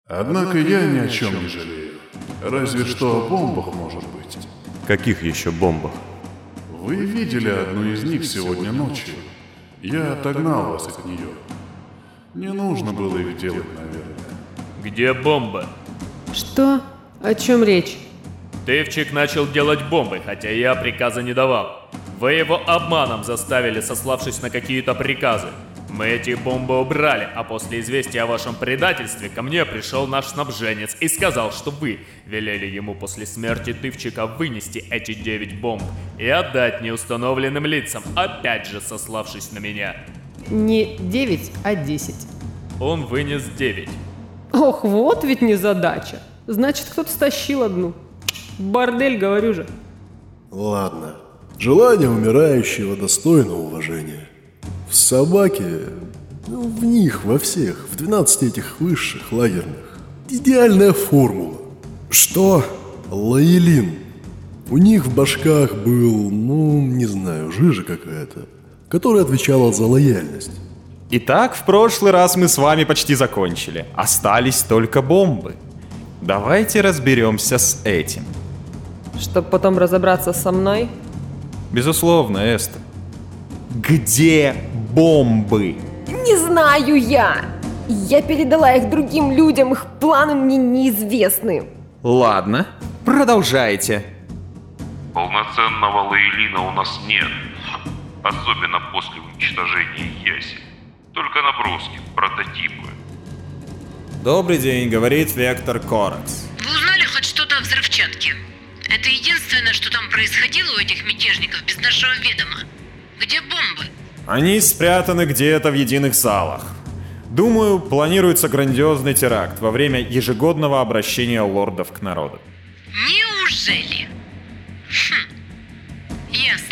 Однако я ни о чем не жалею. Разве что о бомбах, может быть. Каких еще бомбах? Вы видели одну из них сегодня ночью. Я отогнал вас от нее. Не нужно было их делать, наверное. Где бомба? Что? О чем речь? Тывчик начал делать бомбы, хотя я приказа не давал. Вы его обманом заставили, сославшись на какие-то приказы. Мы эти бомбы убрали, а после известия о вашем предательстве ко мне пришел наш снабженец и сказал, что вы велели ему после смерти Тывчика вынести эти 9 бомб и отдать неустановленным лицам, опять же сославшись на меня. Не 9, а 10. Он вынес 9. Ох, вот ведь незадача. Значит, кто-то стащил одну. Бордель, говорю же. Ладно. Желание умирающего достойно уважения. В собаке, в них, во всех, в 12 этих высших, лагерных. Идеальная формула. Что? Лаэлин. У них в башках был, не знаю, жижа какая-то, которая отвечала за лояльность. Итак, в прошлый раз мы с вами почти закончили. Остались только бомбы. Давайте разберемся с этим. Чтоб потом разобраться со мной? Безусловно, Эстер. Где бомбы? Не знаю я. Я передала их другим людям, их планы мне неизвестны. Ладно, продолжайте. Полноценного лаэлина у нас нет. Особенно после уничтожения ясень. Только наброски, прототипы. Добрый день, говорит Вектор Коракс. Вы узнали хоть что-то о взрывчатке? Это единственное, что там происходило у этих мятежников без нашего ведома. Где бомбы? Они спрятаны где-то в единых залах. Думаю, планируется грандиозный теракт во время ежегодного обращения лордов к народу. Неужели? Ясно.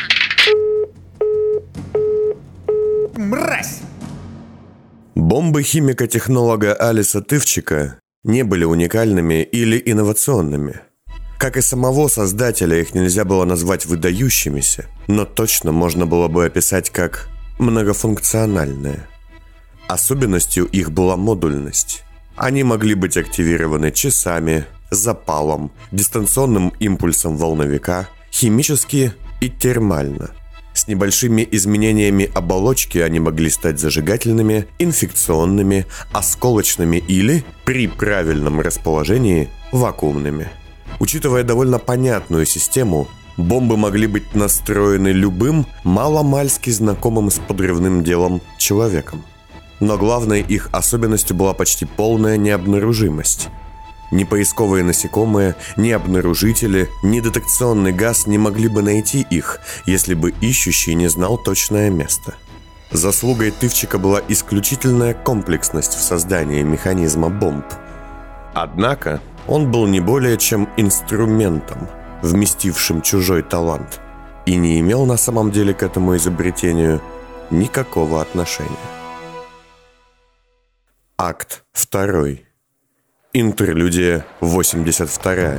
Мразь! Бомбы химико-технолога Алиса Тывчика не были уникальными или инновационными. Как и самого создателя, их нельзя было назвать выдающимися, но точно можно было бы описать как многофункциональные. Особенностью их была модульность. Они могли быть активированы часами, запалом, дистанционным импульсом волновика, химически и термально. С небольшими изменениями оболочки они могли стать зажигательными, инфекционными, осколочными или, при правильном расположении, вакуумными. Учитывая довольно понятную систему, бомбы могли быть настроены любым, маломальски знакомым с подрывным делом человеком. Но главной их особенностью была почти полная необнаружимость. Ни поисковые насекомые, ни обнаружители, ни детекционный газ не могли бы найти их, если бы ищущий не знал точное место. Заслугой Тывчика была исключительная комплексность в создании механизма бомб. Однако он был не более чем инструментом, вместившим чужой талант, и не имел на самом деле к этому изобретению никакого отношения. Акт 2. Интерлюдия 82.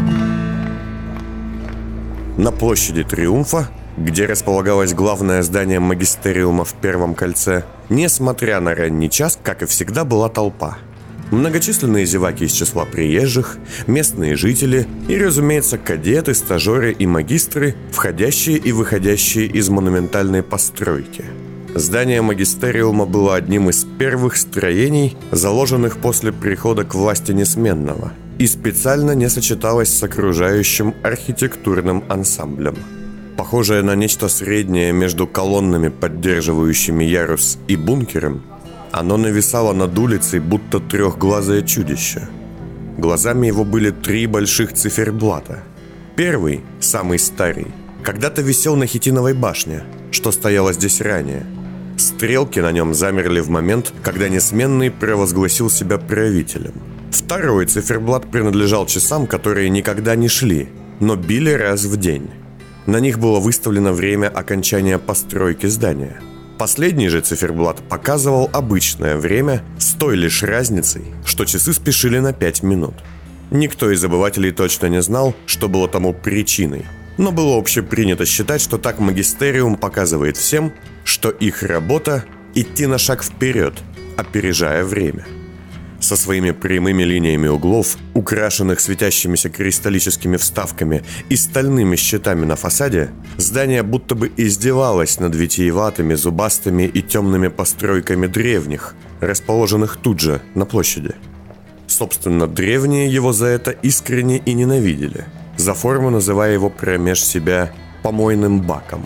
На площади Триумфа, где располагалось главное здание магистериума в Первом кольце, несмотря на ранний час, как и всегда, была толпа. Многочисленные зеваки из числа приезжих, местные жители и, разумеется, кадеты, стажеры и магистры, входящие и выходящие из монументальной постройки. Здание магистериума было одним из первых строений, заложенных после прихода к власти Несменного, и специально не сочеталось с окружающим архитектурным ансамблем. Похожее на нечто среднее между колоннами, поддерживающими ярус, и бункером, оно нависало над улицей, будто трехглазое чудище. Глазами его были 3 больших циферблата. Первый, самый старый, когда-то висел на Хитиновой башне, что стояло здесь ранее. Стрелки на нем замерли в момент, когда Несменный провозгласил себя правителем. Второй циферблат принадлежал часам, которые никогда не шли, но били раз в день. На них было выставлено время окончания постройки здания. Последний же циферблат показывал обычное время с той лишь разницей, что часы спешили на 5 минут. Никто из обывателей точно не знал, что было тому причиной, но было общепринято считать, что так магистериум показывает всем, что их работа – идти на шаг вперед, опережая время. Со своими прямыми линиями углов, украшенных светящимися кристаллическими вставками и стальными щитами на фасаде, здание будто бы издевалось над витиеватыми, зубастыми и темными постройками древних, расположенных тут же, на площади. Собственно, древние его за это искренне и ненавидели, за форму называя его промеж себя помойным баком.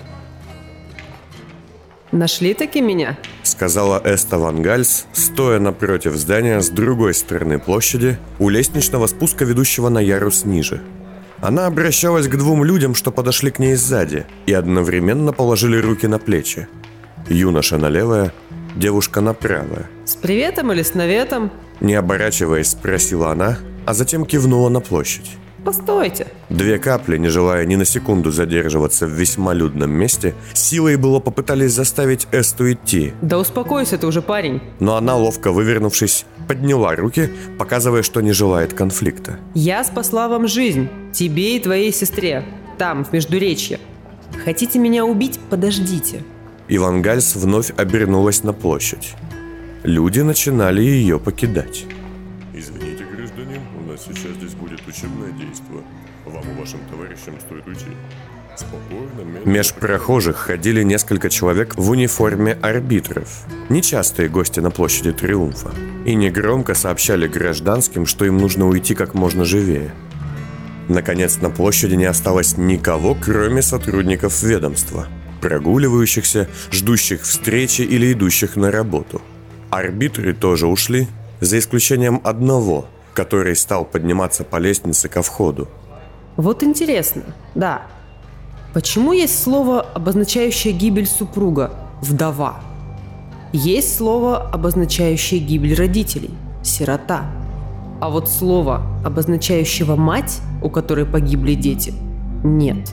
Нашли-таки меня? Сказала Эста Ван Гальс, стоя напротив здания с другой стороны площади, у лестничного спуска, ведущего на ярус ниже. Она обращалась к двум людям, что подошли к ней сзади, и одновременно положили руки на плечи. Юноша на левое, девушка на правое. С приветом или с наветом? Не оборачиваясь, спросила она, а затем кивнула на площадь. Постойте. Две капли, не желая ни на секунду задерживаться в весьма людном месте, силой было попытались заставить Эсту идти. Да успокойся ты уже, парень. Но она, ловко вывернувшись, подняла руки, показывая, что не желает конфликта. Я спасла вам жизнь, тебе и твоей сестре, там, в Междуречье. Хотите меня убить? Подождите. И Ван Гальс вновь обернулась на площадь. Люди начинали ее покидать. Извините, гражданин, у нас сейчас здесь будет учебное действие. Вам и вашим товарищам стоит уйти. Спокойно, медленно. Меж прохожих ходили несколько человек в униформе арбитров, нечастые гости на площади Триумфа, и негромко сообщали гражданским, что им нужно уйти как можно живее. Наконец, на площади не осталось никого, кроме сотрудников ведомства, прогуливающихся, ждущих встречи или идущих на работу. Арбитры тоже ушли, за исключением одного, который стал подниматься по лестнице ко входу. Вот интересно, да. Почему есть слово, обозначающее гибель супруга – вдова? Есть слово, обозначающее гибель родителей – сирота. А вот слово, обозначающего мать, у которой погибли дети – нет.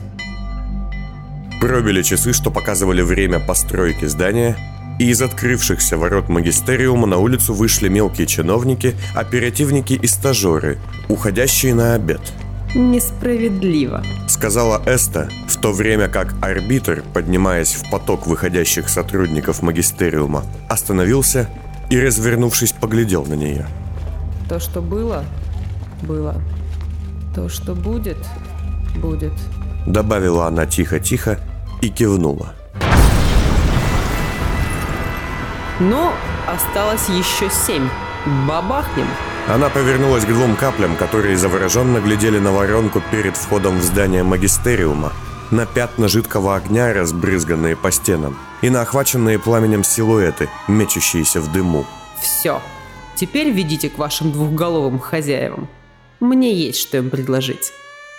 Пробили часы, что показывали время постройки здания, и из открывшихся ворот магистериума на улицу вышли мелкие чиновники, оперативники и стажеры, уходящие на обед. Несправедливо, сказала Эста, в то время как арбитр, поднимаясь в поток выходящих сотрудников магистериума, остановился и, развернувшись, поглядел на нее. То, что было, было. То, что будет, будет. Добавила она тихо-тихо и кивнула. Ну, осталось еще 7. Бабахнем. Она повернулась к двум каплям, которые завороженно глядели на воронку перед входом в здание магистериума, на пятна жидкого огня, разбрызганные по стенам, и на охваченные пламенем силуэты, мечущиеся в дыму. Все. Теперь ведите к вашим двухголовым хозяевам. Мне есть что им предложить.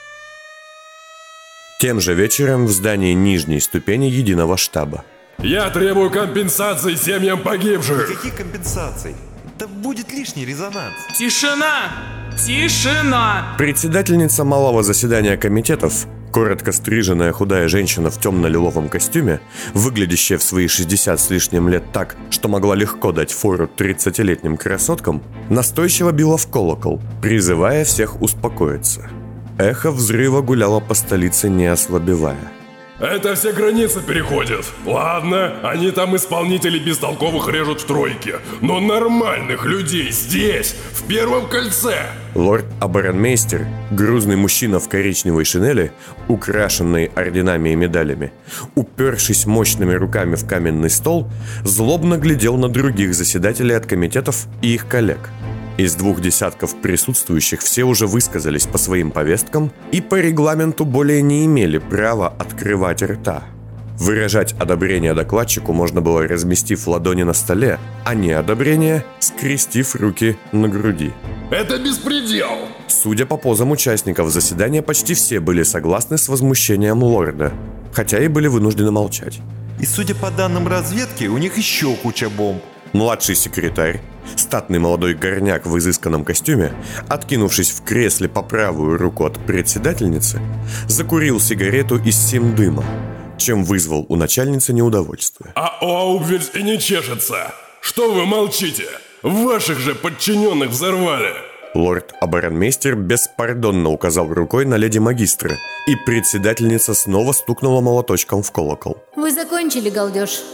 Тем же вечером в здании нижней ступени единого штаба. Я требую компенсации семьям погибших. Каких компенсаций? Да будет лишний резонанс. Тишина! Тишина! Председательница малого заседания комитетов, коротко стриженная худая женщина в темно-лиловом костюме, выглядящая в свои 60 с лишним лет так, что могла легко дать фору 30-летним красоткам, настойчиво била в колокол, призывая всех успокоиться. Эхо взрыва гуляло по столице, не ослабевая. Это все границы переходят. Ладно, они там исполнителей бестолковых режут в тройке, но нормальных людей здесь, в первом кольце. Лорд-оборонмейстер, грузный мужчина в коричневой шинели, украшенный орденами и медалями, упершись мощными руками в каменный стол, злобно глядел на других заседателей от комитетов и их коллег. Из 2 десятков присутствующих все уже высказались по своим повесткам и по регламенту более не имели права открывать рта. Выражать одобрение докладчику можно было, разместив ладони на столе, а неодобрение скрестив руки на груди. Это беспредел! Судя по позам участников заседания, почти все были согласны с возмущением лорда, хотя и были вынуждены молчать. И судя по данным разведки, у них еще куча бомб. Младший секретарь, статный молодой горняк в изысканном костюме, откинувшись в кресле по правую руку от председательницы, закурил сигарету из сим-дыма, чем вызвал у начальницы неудовольствие. А Оаубвельс и не чешется! Что вы молчите? Ваших же подчиненных взорвали! Лорд-оборонмейстер беспардонно указал рукой на леди-магистра, и председательница снова стукнула молоточком в колокол. Вы закончили, галдеж?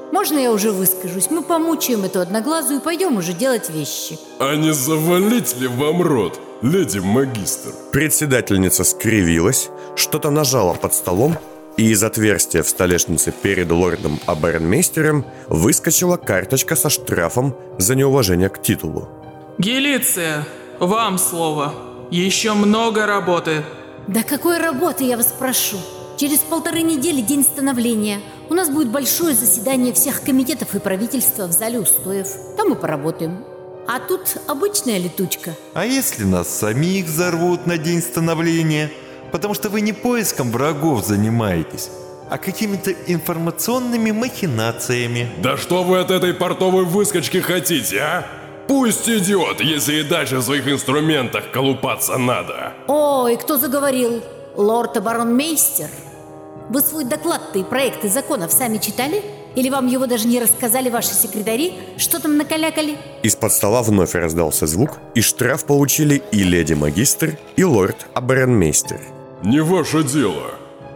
Можно я уже выскажусь? Мы помучаем эту одноглазую и пойдем уже делать вещи. А не завалить ли вам рот, леди магистр? Председательница скривилась, что-то нажала под столом, и из отверстия в столешнице перед лордом-обернмейстером выскочила карточка со штрафом за неуважение к титулу. Гелиция, вам слово. Еще много работы. Да какой работы, я вас прошу? Через 1,5 недели день становления. У нас будет большое заседание всех комитетов и правительства в зале устоев. Там мы поработаем. А тут обычная летучка. А если нас самих взорвут на день становления? Потому что вы не поиском врагов занимаетесь, а какими-то информационными махинациями. Да что вы от этой портовой выскочки хотите, а? Пусть идет, если и дальше в своих инструментах колупаться надо. Ой, кто заговорил? Лорд-оборонмейстер? Вы свой доклад-то и проекты законов сами читали? Или вам его даже не рассказали ваши секретари? Что там накалякали? Из-под стола вновь раздался звук, и штраф получили и леди-магистр, и лорд-обернмейстер. Не ваше дело.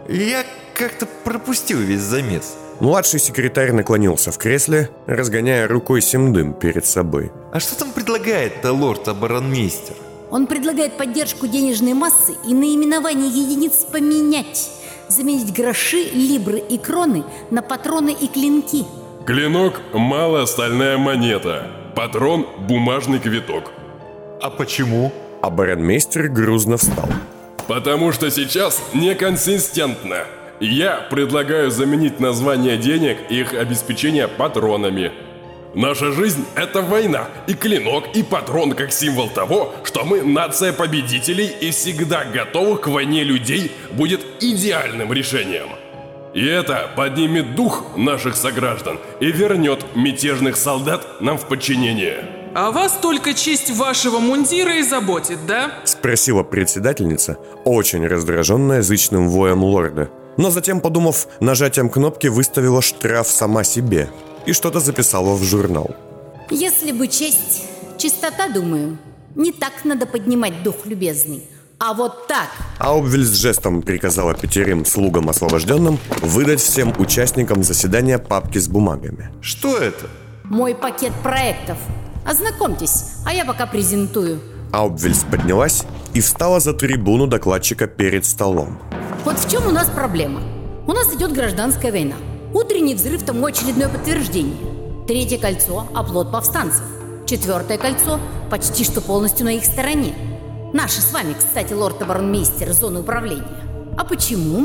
Я как-то пропустил весь замес. Младший секретарь наклонился в кресле, разгоняя рукой сим-дым перед собой. А что там предлагает-то лорд-оборонмейстер? Он предлагает поддержку денежной массы и наименование единиц поменять. Заменить гроши, либры и кроны на патроны и клинки. Клинок – малая стальная монета. Патрон – бумажный квиток. А почему? Оборонмейстер грузно встал. Потому что сейчас неконсистентно. Я предлагаю заменить название денег и их обеспечение патронами. Наша жизнь – это война, и клинок, и патрон как символ того, что мы нация победителей и всегда готовых к войне людей будет идеальным решением. И это поднимет дух наших сограждан и вернет мятежных солдат нам в подчинение. А вас только честь вашего мундира и заботит, да? Спросила председательница, очень раздраженная зычным воем лорда. Но затем, подумав, нажатием кнопки выставила штраф сама себе и что-то записала в журнал. Если бы честь, чистота, думаю. Не так надо поднимать дух, любезный, а вот так. Аубвиль с жестом приказала 5 слугам освобожденным выдать всем участникам заседания папки с бумагами. Что это? Мой пакет проектов. Ознакомьтесь, а я пока презентую. Аубвильс поднялась и встала за трибуну докладчика перед столом. Вот в чем у нас проблема. У нас идет гражданская война. Утренний взрыв тому очередное подтверждение. 3 кольцо – оплот повстанцев. 4 кольцо – почти что полностью на их стороне. Наши с вами, кстати, лорд-оборонмейстер зоны управления. А почему?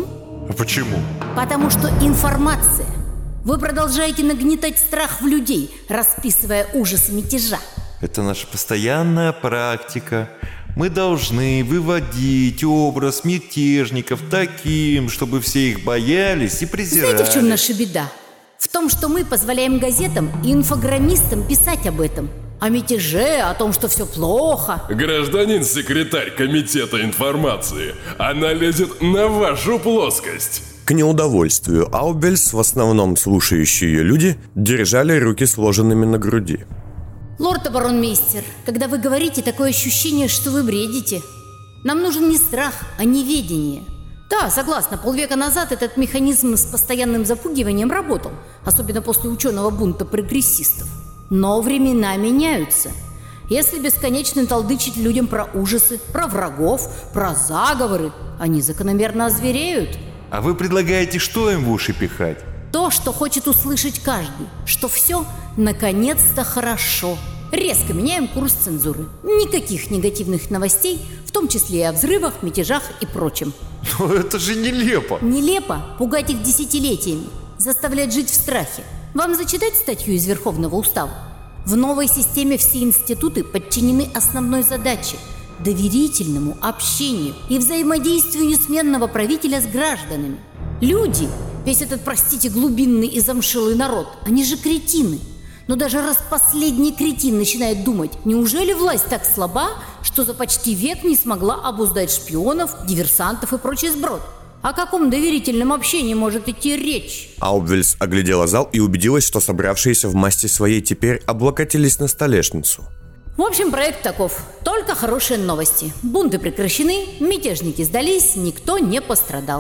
Потому что информация. Вы продолжаете нагнетать страх в людей, расписывая ужасы мятежа. Это наша постоянная практика. Мы должны выводить образ мятежников таким, чтобы все их боялись и презирали. Знаете, в чем наша беда? В том, что мы позволяем газетам и инфограммистам писать об этом. О мятеже, о том, что все плохо. Гражданин секретарь комитета информации, она лезет на вашу плоскость. К неудовольствию Аубельс, в основном слушающие ее люди, держали руки сложенными на груди. Лорд-оборонмейстер, когда вы говорите, такое ощущение, что вы бредите. Нам нужен не страх, а неведение. Да, согласна, полвека назад этот механизм с постоянным запугиванием работал, особенно после ученого бунта прогрессистов. Но времена меняются. Если бесконечно толдычить людям про ужасы, про врагов, про заговоры, они закономерно озвереют. А вы предлагаете что им в уши пихать? То, что хочет услышать каждый, что все наконец-то хорошо. Резко меняем курс цензуры. Никаких негативных новостей, в том числе и о взрывах, мятежах и прочем. Но это же нелепо. Нелепо пугать их десятилетиями, заставлять жить в страхе. Вам зачитать статью из Верховного Устава? В новой системе все институты подчинены основной задаче – доверительному общению и взаимодействию несменного правителя с гражданами. Люди, весь этот, простите, глубинный и замшелый народ, они же кретины. Но даже раз последний кретин начинает думать, неужели власть так слаба, что за почти век не смогла обуздать шпионов, диверсантов и прочий сброд? О каком доверительном общении может идти речь? Аубвельс оглядела зал и убедилась, что собравшиеся в масти своей теперь облокотились на столешницу. В общем, проект таков. Только хорошие новости. Бунты прекращены, мятежники сдались, никто не пострадал.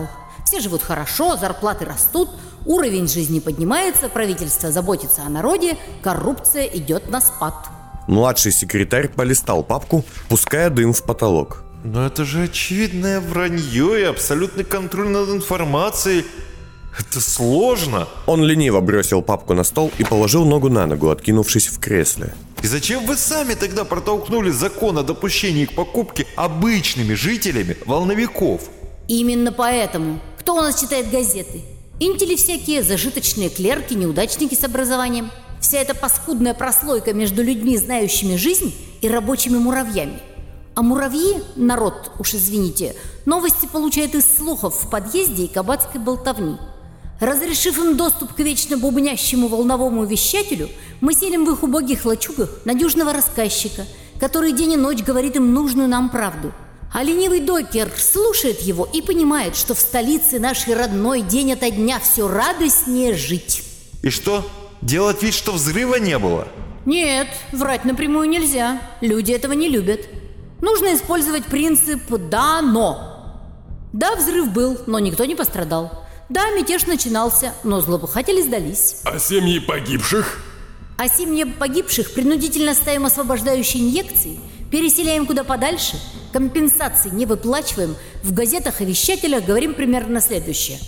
Все живут хорошо, зарплаты растут, уровень жизни поднимается, правительство заботится о народе, коррупция идет на спад. Младший секретарь полистал папку, пуская дым в потолок. Но это же очевидное вранье и абсолютный контроль над информацией. Это сложно. Он лениво бросил папку на стол и положил ногу на ногу, откинувшись в кресле. И зачем вы сами тогда протолкнули закон о допущении к покупке обычными жителями волновиков? Именно поэтому. Кто у нас читает газеты? Интели всякие, зажиточные клерки, неудачники с образованием. Вся эта паскудная прослойка между людьми, знающими жизнь, и рабочими муравьями. А муравьи, народ, уж извините, новости получают из слухов в подъезде и кабацкой болтовни. Разрешив им доступ к вечно бубнящему волновому вещателю, мы селим в их убогих лачугах надежного рассказчика, который день и ночь говорит им нужную нам правду. А ленивый докер слушает его и понимает, что в столице нашей родной день ото дня все радостнее жить. И что? Делать вид, что взрыва не было? Нет, врать напрямую нельзя. Люди этого не любят. Нужно использовать принцип «да, но». Да, взрыв был, но никто не пострадал. Да, мятеж начинался, но злопыхатели сдались. А семьи погибших? А семьи погибших принудительно ставим освобождающие инъекции, переселяем куда подальше, компенсации не выплачиваем, в газетах и вещателях говорим примерно следующее.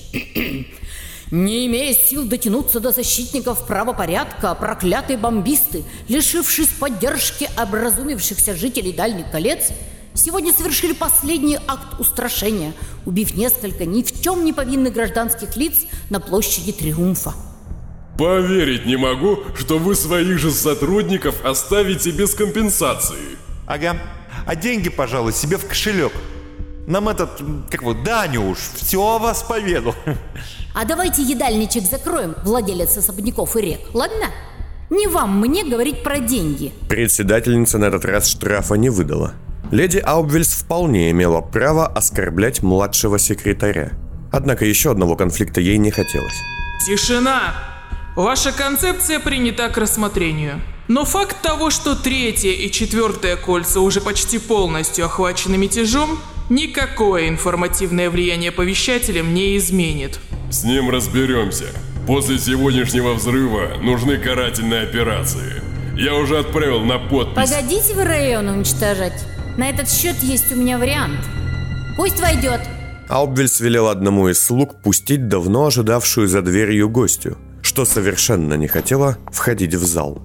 Не имея сил дотянуться до защитников правопорядка, проклятые бомбисты, лишившись поддержки образумившихся жителей дальних колец, сегодня совершили последний акт устрашения, убив несколько ни в чем не повинных гражданских лиц на площади Триумфа. Поверить не могу, что вы своих же сотрудников оставите без компенсации. Ага. А деньги, пожалуй, себе в кошелек. Нам Даню уж все о вас поведал. А давайте едальничек закроем, владелец особняков и рек, ладно? Не вам мне говорить про деньги. Председательница на этот раз штрафа не выдала. Леди Аубвельс вполне имела право оскорблять младшего секретаря. Однако еще одного конфликта ей не хотелось. Тишина! Ваша концепция принята к рассмотрению. Но факт того, что 3-е и 4-е кольца уже почти полностью охвачены мятежом, никакое информативное влияние по вещателям не изменит. С ним разберемся. После сегодняшнего взрыва нужны карательные операции. Я уже отправил на подпись. Погодите вы район уничтожать. На этот счет есть у меня вариант. Пусть войдет. Аубвельс велел одному из слуг пустить давно ожидавшую за дверью гостью, что совершенно не хотела входить в зал.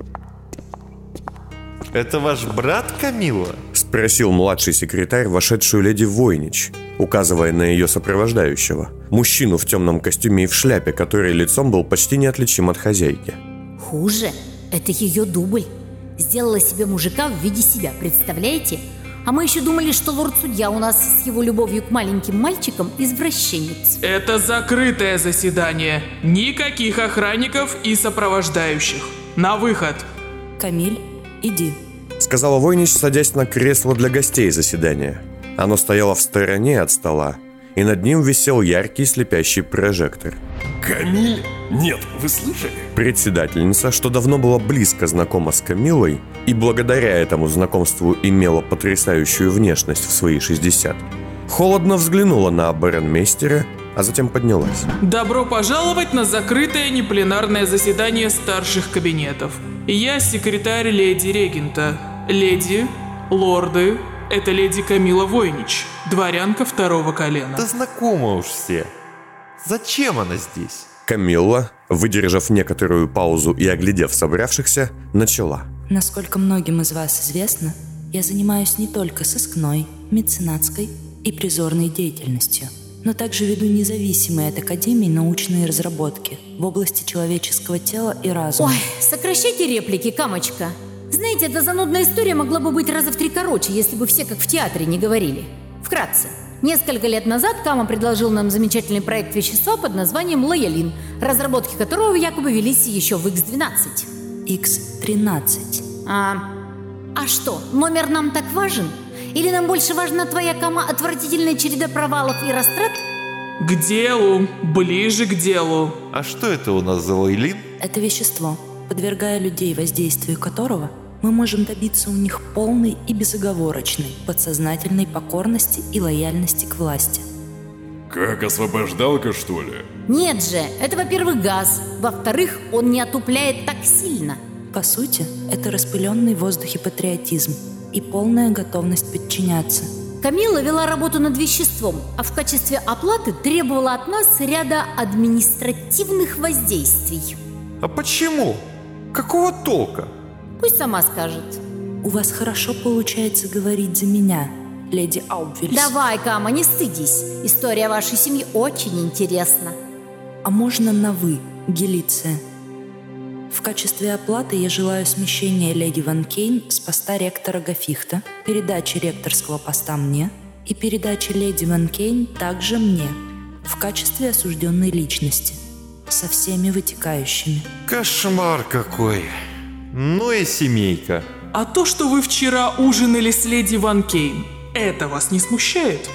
Это ваш брат, Камила? Спросил младший секретарь вошедшую леди Войнич, указывая на ее сопровождающего, мужчину в темном костюме и в шляпе, который лицом был почти неотличим от хозяйки. Хуже, это ее дубль. Сделала себе мужика в виде себя, представляете? А мы еще думали, что лорд-судья у нас с его любовью к маленьким мальчикам извращенец. Это закрытое заседание. Никаких охранников и сопровождающих. На выход. Камиль, иди. Сказала Войнич, садясь на кресло для гостей заседания. Оно стояло в стороне от стола, и над ним висел яркий слепящий прожектор. Камиль? Нет, вы слышали? Председательница, что давно была близко знакома с Камиллой и благодаря этому знакомству имела потрясающую внешность в свои 60, холодно взглянула на обернмейстера, а затем поднялась. Добро пожаловать на закрытое непленарное заседание старших кабинетов. Я секретарь леди Регента. Леди, лорды, это леди Камила Войнич, дворянка 2-го колена. Да знакомы уж все. Зачем она здесь? Камилла, выдержав некоторую паузу и оглядев собравшихся, начала. Насколько многим из вас известно, я занимаюсь не только сыскной, меценатской и призорной деятельностью, но также веду независимые от Академии научные разработки в области человеческого тела и разума. Ой, сокращайте реплики, Камочка. Знаете, эта занудная история могла бы быть раза в 3 короче, если бы все как в театре не говорили. Вкратце. Несколько лет назад Кама предложил нам замечательный проект вещества под названием лоялин, разработки которого якобы велись еще в X12. X13. А что, номер нам так важен? Или нам больше важна твоя, Кама, отвратительная череда провалов и растрат? К делу, ближе к делу. А что это у нас за лоялин? Это вещество, подвергая людей воздействию которого мы можем добиться у них полной и безоговорочной подсознательной покорности и лояльности к власти. Как освобождалка, что ли? Нет же, это, во-первых, газ. Во-вторых, он не отупляет так сильно. По сути, это распыленный в воздухе патриотизм и полная готовность подчиняться. Камила вела работу над веществом, а в качестве оплаты требовала от нас ряда административных воздействий. А почему? Какого толка? Пусть сама скажет. У вас хорошо получается говорить за меня, леди Аубвельс. Давай, Кама, не стыдись. История вашей семьи очень интересна. А можно на «вы», Гелиция? В качестве оплаты я желаю смещения леди Ван Кейн с поста ректора Гафихта, передачи ректорского поста мне и передачи леди Ван Кейн также мне, в качестве осужденной личности, со всеми вытекающими. Кошмар какой. Ну и семейка. А то, что вы вчера ужинали с леди Ван Кейн, это вас не смущает?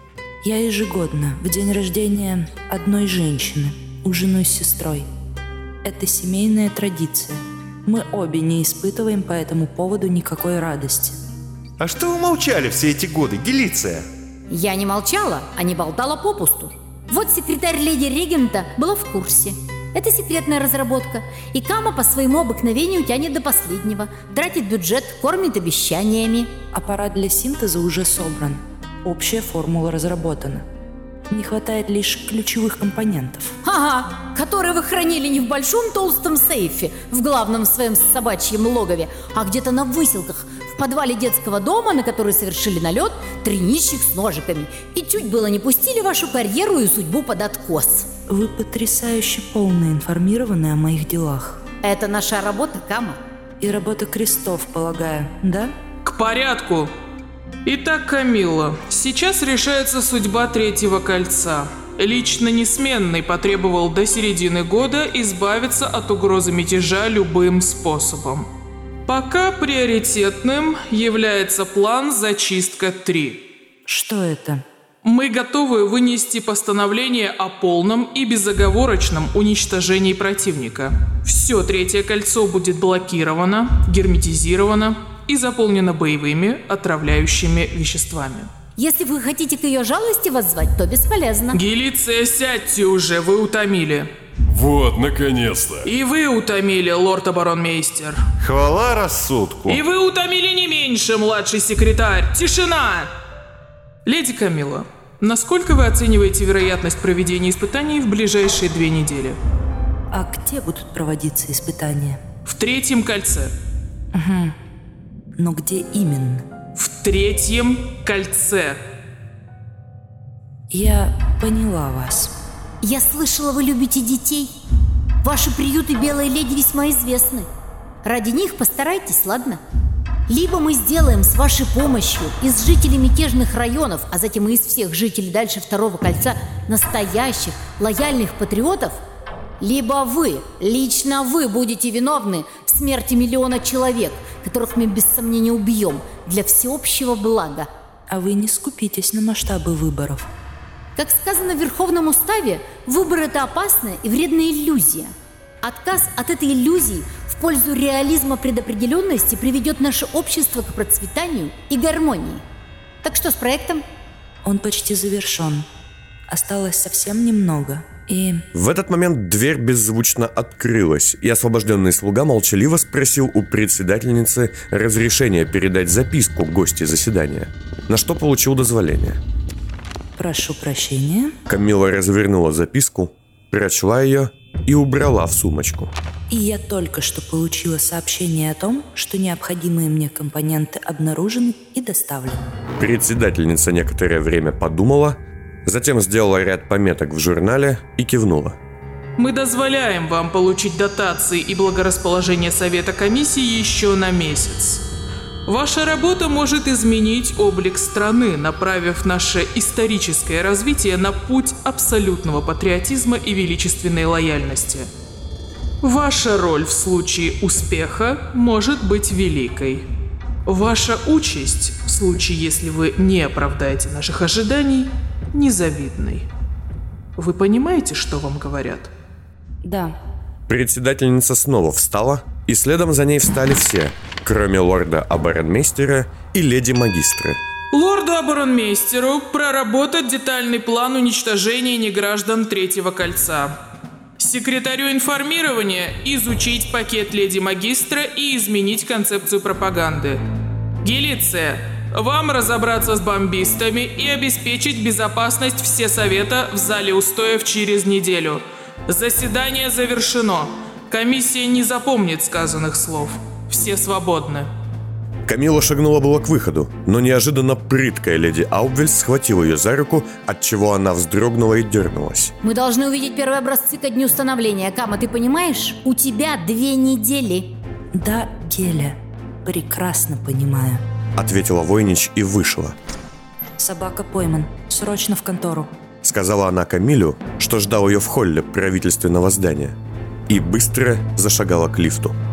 Я ежегодно, в день рождения одной женщины, ужинаю с сестрой. Это семейная традиция. Мы обе не испытываем по этому поводу никакой радости. А что вы молчали все эти годы, Гелиция? Я не молчала, а не болтала попусту. Вот секретарь леди Регента была в курсе. Это секретная разработка. И Кама по своему обыкновению тянет до последнего. Тратит бюджет, кормит обещаниями. Аппарат для синтеза уже собран. Общая формула разработана. Не хватает лишь ключевых компонентов. Ага, которые вы хранили не в большом толстом сейфе в главном своем собачьем логове, а где-то на выселках в подвале детского дома, на который совершили налет 3 нищих с ножиками и чуть было не пустили вашу карьеру и судьбу под откос. Вы потрясающе полно информированы о моих делах. Это наша работа, Кама. И работа крестов, полагаю, да? К порядку! Итак, Камилла, сейчас решается судьба третьего кольца. Лично Несменный потребовал до середины года избавиться от угрозы мятежа любым способом. Пока приоритетным является план «Зачистка 3». Что это? Мы готовы вынести постановление о полном и безоговорочном уничтожении противника. Все третье кольцо будет блокировано, герметизировано и заполнена боевыми отравляющими веществами. Если вы хотите к ее жалости воззвать, то бесполезно. Гелиция, сядьте уже, вы утомили. Вот, наконец-то. И вы утомили, лорд-оборонмейстер. Хвала рассудку. И вы утомили не меньше, младший секретарь. Тишина! Леди Камилла, насколько вы оцениваете вероятность проведения испытаний в ближайшие 2 недели? А где будут проводиться испытания? В третьем кольце. Угу. Но где именно? В третьем кольце. Я поняла вас. Я слышала, вы любите детей. Ваши приюты белой леди весьма известны. Ради них постарайтесь, ладно? Либо мы сделаем с вашей помощью из жителей мятежных районов, а затем и из всех жителей дальше второго кольца настоящих, лояльных патриотов, либо вы, лично вы будете виновны в смерти миллиона человек, которых мы без сомнения убьем для всеобщего блага. А вы не скупитесь на масштабы выборов. Как сказано в Верховном Уставе, выбор – это опасная и вредная иллюзия. Отказ от этой иллюзии в пользу реализма предопределенности приведет наше общество к процветанию и гармонии. Так что с проектом? Он почти завершен. Осталось совсем немного. И... В этот момент дверь беззвучно открылась, и освобожденный слуга молчаливо спросил у председательницы разрешения передать записку гости заседания, на что получил дозволение. Прошу прощения. Камилла развернула записку, прочла ее и убрала в сумочку. И я только что получила сообщение о том, что необходимые мне компоненты обнаружены и доставлены. Председательница некоторое время подумала, затем сделала ряд пометок в журнале и кивнула. Мы дозволяем вам получить дотации и благорасположение Совета Комиссии еще на месяц. Ваша работа может изменить облик страны, направив наше историческое развитие на путь абсолютного патриотизма и величественной лояльности. Ваша роль в случае успеха может быть великой. Ваша участь, в случае, если вы не оправдаете наших ожиданий, незавидной. Вы понимаете, что вам говорят? Да. Председательница снова встала, и следом за ней встали все, кроме лорда-оборонмейстера и леди-магистры. Лорду-оборонмейстеру проработать детальный план уничтожения неграждан Третьего кольца. Секретарю информирования изучить пакет леди-магистра и изменить концепцию пропаганды. Гелиция, вам разобраться с бомбистами и обеспечить безопасность все совета в зале устоев через неделю. Заседание завершено. Комиссия не запомнит сказанных слов. Все свободны. Камила шагнула было к выходу, но неожиданно прыткая леди Аубвельс схватила ее за руку, отчего она вздрогнула и дернулась. Мы должны увидеть первые образцы ко дню становления. Кама, ты понимаешь? У тебя 2 недели. Да, Геля, прекрасно понимаю. Ответила Войнич и вышла. Собака пойман. Срочно в контору. Сказала она Камилю, что ждал ее в холле правительственного здания. И быстро зашагала к лифту.